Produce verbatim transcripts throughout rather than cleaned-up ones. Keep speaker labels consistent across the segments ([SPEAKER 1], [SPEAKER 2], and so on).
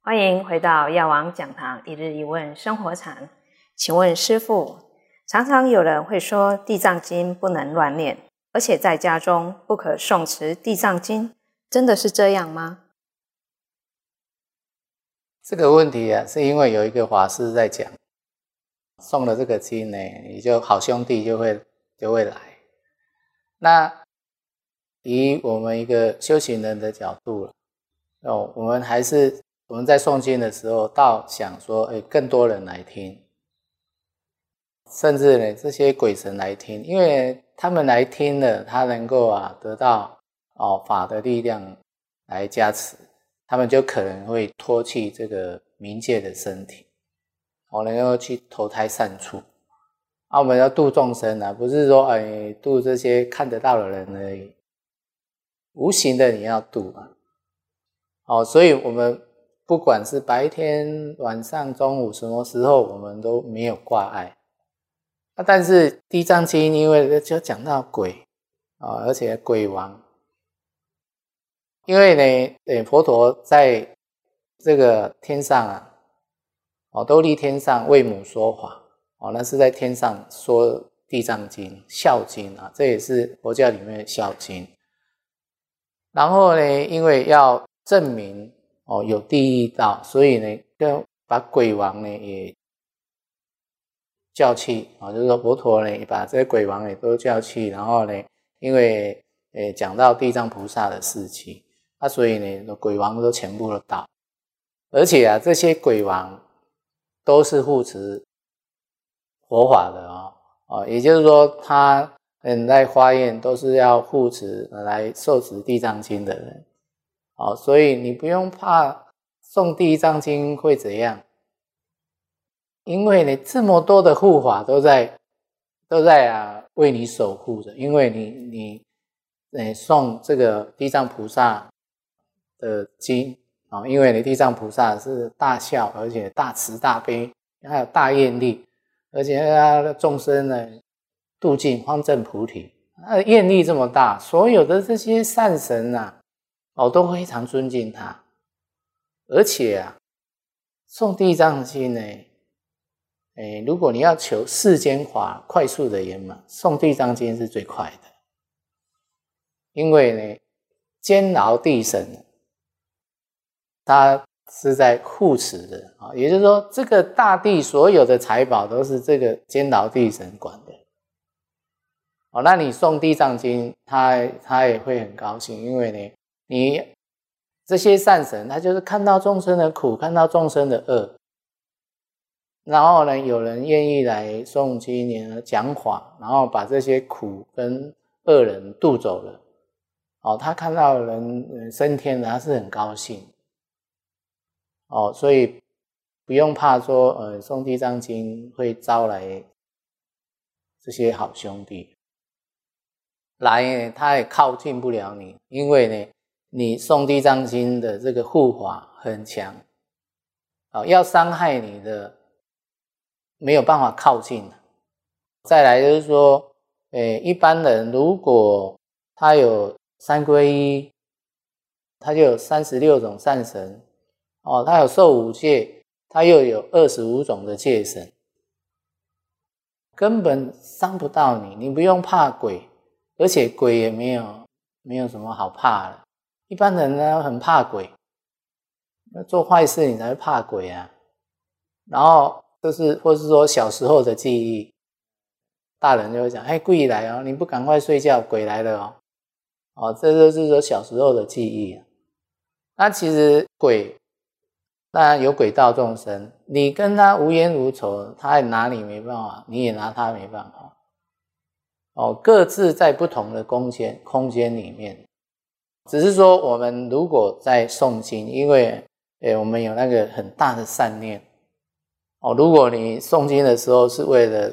[SPEAKER 1] 欢迎回到药王讲堂一日一问生活禅。请问师父，常常有人会说地藏经不能乱念，而且在家中不可诵持地藏经，真的是这样吗？
[SPEAKER 2] 这个问题啊，是因为有一个法师在讲，诵了这个经呢，你就好兄弟就会就会来。那以我们一个修行人的角度哦，我们还是我们在诵经的时候，倒想说，哎，更多人来听，甚至呢，这些鬼神来听，因为他们来听了，他能够啊得到哦法的力量来加持，他们就可能会脱去这个冥界的身体，哦，能够去投胎善处。啊，我们要度众生啊，不是说哎度这些看得到的人而已，无形的你要度啊。哦，所以我们不管是白天、晚上、中午什么时候，我们都没有挂碍。啊，但是地藏经因为就讲到鬼啊，而且鬼王，因为呢，佛陀在这个天上啊，哦，忉利天上为母说法，哦，那是在天上说地藏经、孝经啊，这也是佛教里面的孝经。然后呢，因为要证明哦有地狱道，所以呢，就把鬼王呢也叫去啊、哦，就是说佛陀呢也把这些鬼王也都叫去，然后呢，因为诶讲到地藏菩萨的事情，啊，所以呢鬼王都全部都到，而且啊这些鬼王都是护持佛法的哦，哦，也就是说他嗯在花宴都是要护持来受持地藏经的人。哦，所以你不用怕诵地藏经会怎样，因为呢这么多的护法都在都在啊为你守护着，因为你你呃诵这个地藏菩萨的经啊、哦，因为你地藏菩萨是大孝，而且大慈大悲，还有大愿力，而且他的众生呢度尽方正菩提，他的愿力这么大，所有的这些善神啊。哦，都非常尊敬他，而且啊，诵地藏经呢，诶，如果你要求世间法快速的圆满，诵地藏经是最快的，因为呢，监牢地神，他是在护持的啊，也就是说，这个大地所有的财宝都是这个监牢地神管的。哦，那你诵地藏经，他他也会很高兴，因为呢。你这些善神，他就是看到众生的苦，看到众生的恶，然后呢，有人愿意来诵经讲法，然后把这些苦跟恶人渡走了。哦，他看到人升天了，他是很高兴。哦，所以不用怕说，呃，诵地藏经会招来这些好兄弟来，他也靠近不了你，因为呢。你诵地藏经的这个护法很强，哦，要伤害你的没有办法靠近。再来就是说，诶，一般人如果他有三皈依，他就有三十六种善神，哦，他有受五戒，他又有二十五种的戒神，根本伤不到你，你不用怕鬼，而且鬼也没有没有什么好怕的。一般人呢很怕鬼，做坏事你才会怕鬼啊。然后就是或是说小时候的记忆，大人就会讲，哎，鬼来哦，你不赶快睡觉，鬼来了哦。哦，这就是说小时候的记忆啊。那其实鬼当然有鬼道众生，你跟他无冤无仇，他也拿你没办法，你也拿他没办法。哦，各自在不同的空间空间里面。只是说我们如果在诵经，因为诶我们有那个很大的善念哦，如果你诵经的时候是为了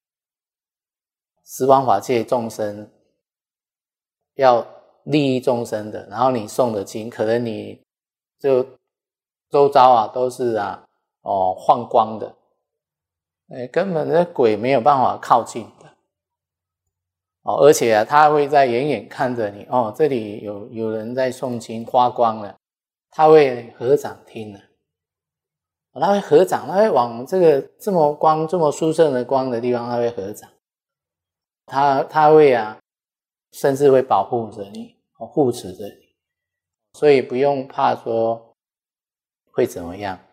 [SPEAKER 2] 十方法界众生，要利益众生的，然后你诵的经，可能你就周遭啊都是啊哦放光的，诶根本那鬼没有办法靠近的。哦，而且啊，他会在远远看着你哦，这里有有人在诵经发光了，他会合掌听了。 它会合掌，它会往这个这么光这么殊胜的光的地方，它会合掌，它它会啊，甚至会保护着你，护持着你，所以不用怕说会怎么样，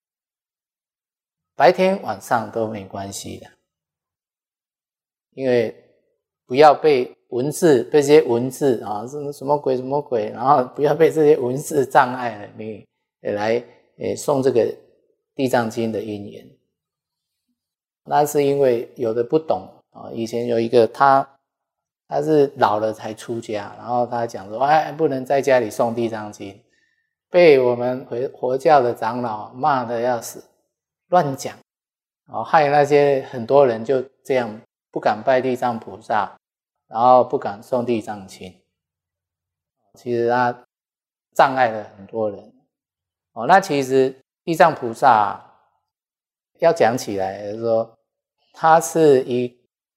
[SPEAKER 2] 白天晚上都没关系的，因为不要被文字被这些文字啊，什么鬼什么鬼，然后不要被这些文字障碍了，你来诶诵这个地藏经的因缘。那是因为有的不懂啊，以前有一个他他是老了才出家，然后他讲说哎，不能在家里诵地藏经，被我们佛教的长老骂得要死，乱讲，害那些很多人就这样不敢拜地藏菩萨，然后不敢诵地藏经，其实他障碍了很多人。哦，那其实地藏菩萨要讲起来就是说，他是一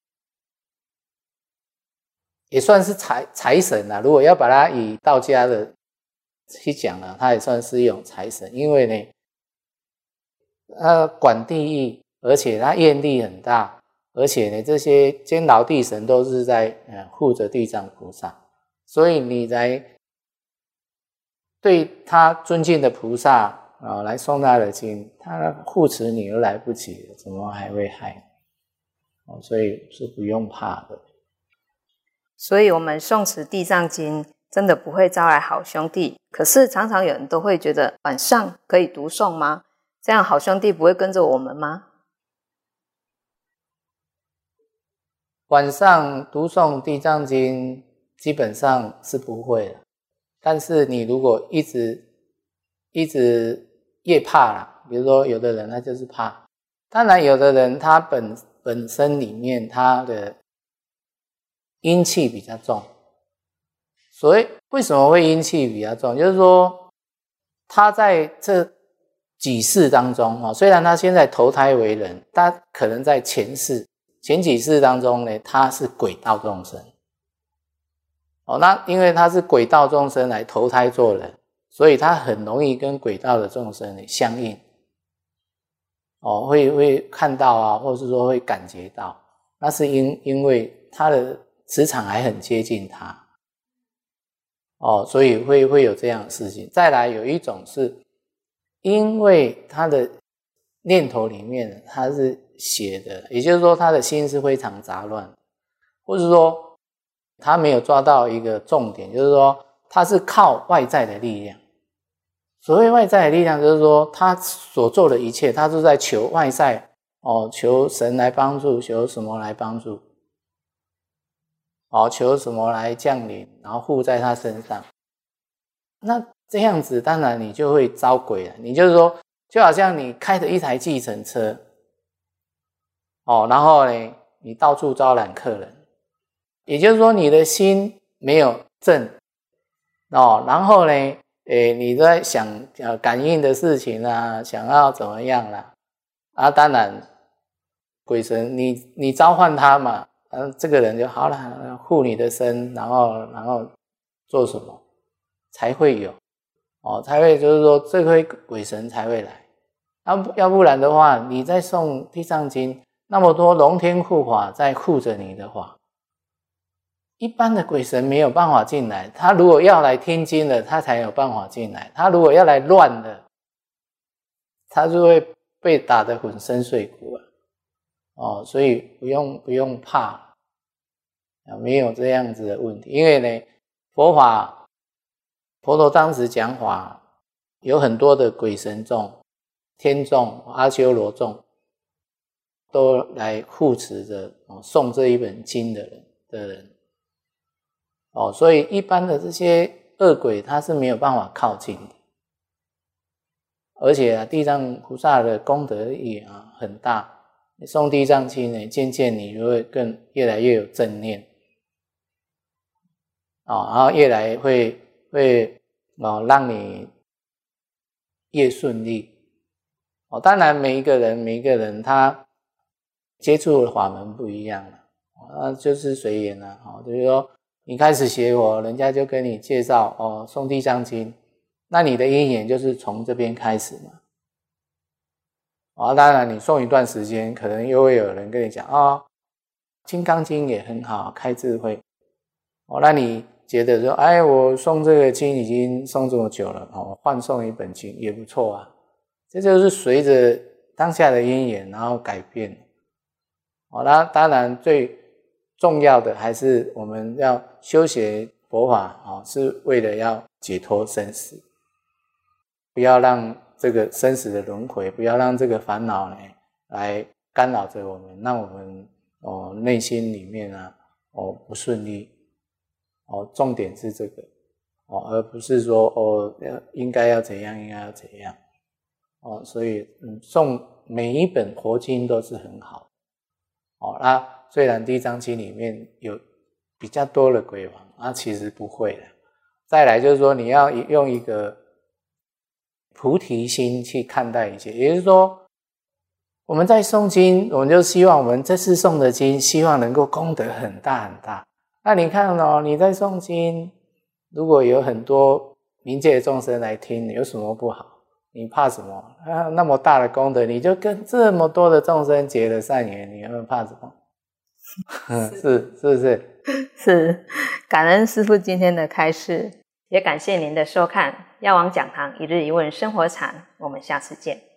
[SPEAKER 2] 也算是财财神啦。如果要把他以道家的去讲啊，他也算是一种财神，因为呢，他管地狱，而且他愿力很大，而且呢，这些监牢地神都是在呃护着地藏菩萨，所以你来对他尊敬的菩萨啊，来诵他的经，他护持你都来不及了，怎么还会害你？所以是不用怕的。
[SPEAKER 1] 所以我们诵持地藏经真的不会招来好兄弟，可是常常有人都会觉得晚上可以读诵吗？这样好兄弟不会跟着我们吗？
[SPEAKER 2] 晚上读诵地藏经基本上是不会的，但是你如果一直一直越怕啦，比如说有的人他就是怕，当然有的人他本本身里面他的阴气比较重，所以为什么会阴气比较重，就是说他在这几世当中，虽然他现在投胎为人，他可能在前世前几世当中呢，他是鬼道众生。哦，那因为他是鬼道众生来投胎做人，所以他很容易跟鬼道的众生呢相应。哦，会会看到啊，或是说会感觉到，那是因因为他的磁场还很接近他。哦，所以会会有这样的事情。再来有一种是因为他的念头里面他是邪的，也就是说他的心是非常杂乱，或者说他没有抓到一个重点，就是说他是靠外在的力量。所谓外在的力量，就是说他所做的一切他都在求外在，哦，求神来帮助，求什么来帮助，哦，求什么来降临，然后附在他身上。那这样子当然你就会招鬼了。你就是说就好像你开着一台计程车，哦，然后呢你到处招揽客人，也就是说你的心没有正，哦，然后呢诶你在想呃感应的事情啊，想要怎么样啦，啊当然鬼神你你召唤他嘛，啊这个人就好了，护你的身，然后然后做什么才会有，哦，才会就是说这个鬼神才会来。要要不然的话，你在诵地藏经，那么多龙天护法在护着你的话，一般的鬼神没有办法进来。他如果要来听经的，他才有办法进来。他如果要来乱的，他就会被打得粉身碎骨啊。哦，所以不用不用怕，没有这样子的问题。因为呢，佛法佛陀当时讲法，有很多的鬼神众、天众、阿修罗众都来护持着诵这一本经的人的人。哦，所以一般的这些恶鬼他是没有办法靠近的。而且啊，地藏菩萨的功德也啊很大。你诵地藏经呢，渐渐你就会更越来越有正念，哦，然后越来会会哦让你越顺利。哦，当然每一个人每一个人他接触的法门不一样了，啊，就是随缘了。哦，就是说你开始学佛，人家就跟你介绍哦诵地藏经，那你的因缘就是从这边开始嘛。 啊，当然你诵一段时间，可能又会有人跟你讲啊，哦，金刚经也很好，开智慧。哦，那你觉得说，哎，我诵这个经已经诵这么久了，哦，换诵一本经也不错啊。这就是随着当下的因缘，然后改变。哦，那当然最重要的还是我们要修学佛法，哦，是为了要解脱生死，不要让这个生死的轮回，不要让这个烦恼呢来干扰着我们，让我们哦内心里面啊哦不顺利。哦，重点是这个哦，而不是说哦应该要怎样，应该要怎样哦。所以嗯，诵每一本佛经都是很好哦。那虽然《地藏经》里面有比较多的鬼王，那其实不会的。再来就是说，你要用一个菩提心去看待一切，也就是说，我们在诵经，我们就希望我们这次诵的经，希望能够功德很大很大。那你看哦，你在诵经，如果有很多冥界的众生来听，有什么不好？你怕什么？啊，那么大的功德，你就跟这么多的众生结了善缘，你又怕什么？是是不是？
[SPEAKER 1] 是，感恩师父今天的开示，也感谢您的收看。药王讲堂一日一问生活禅，我们下次见。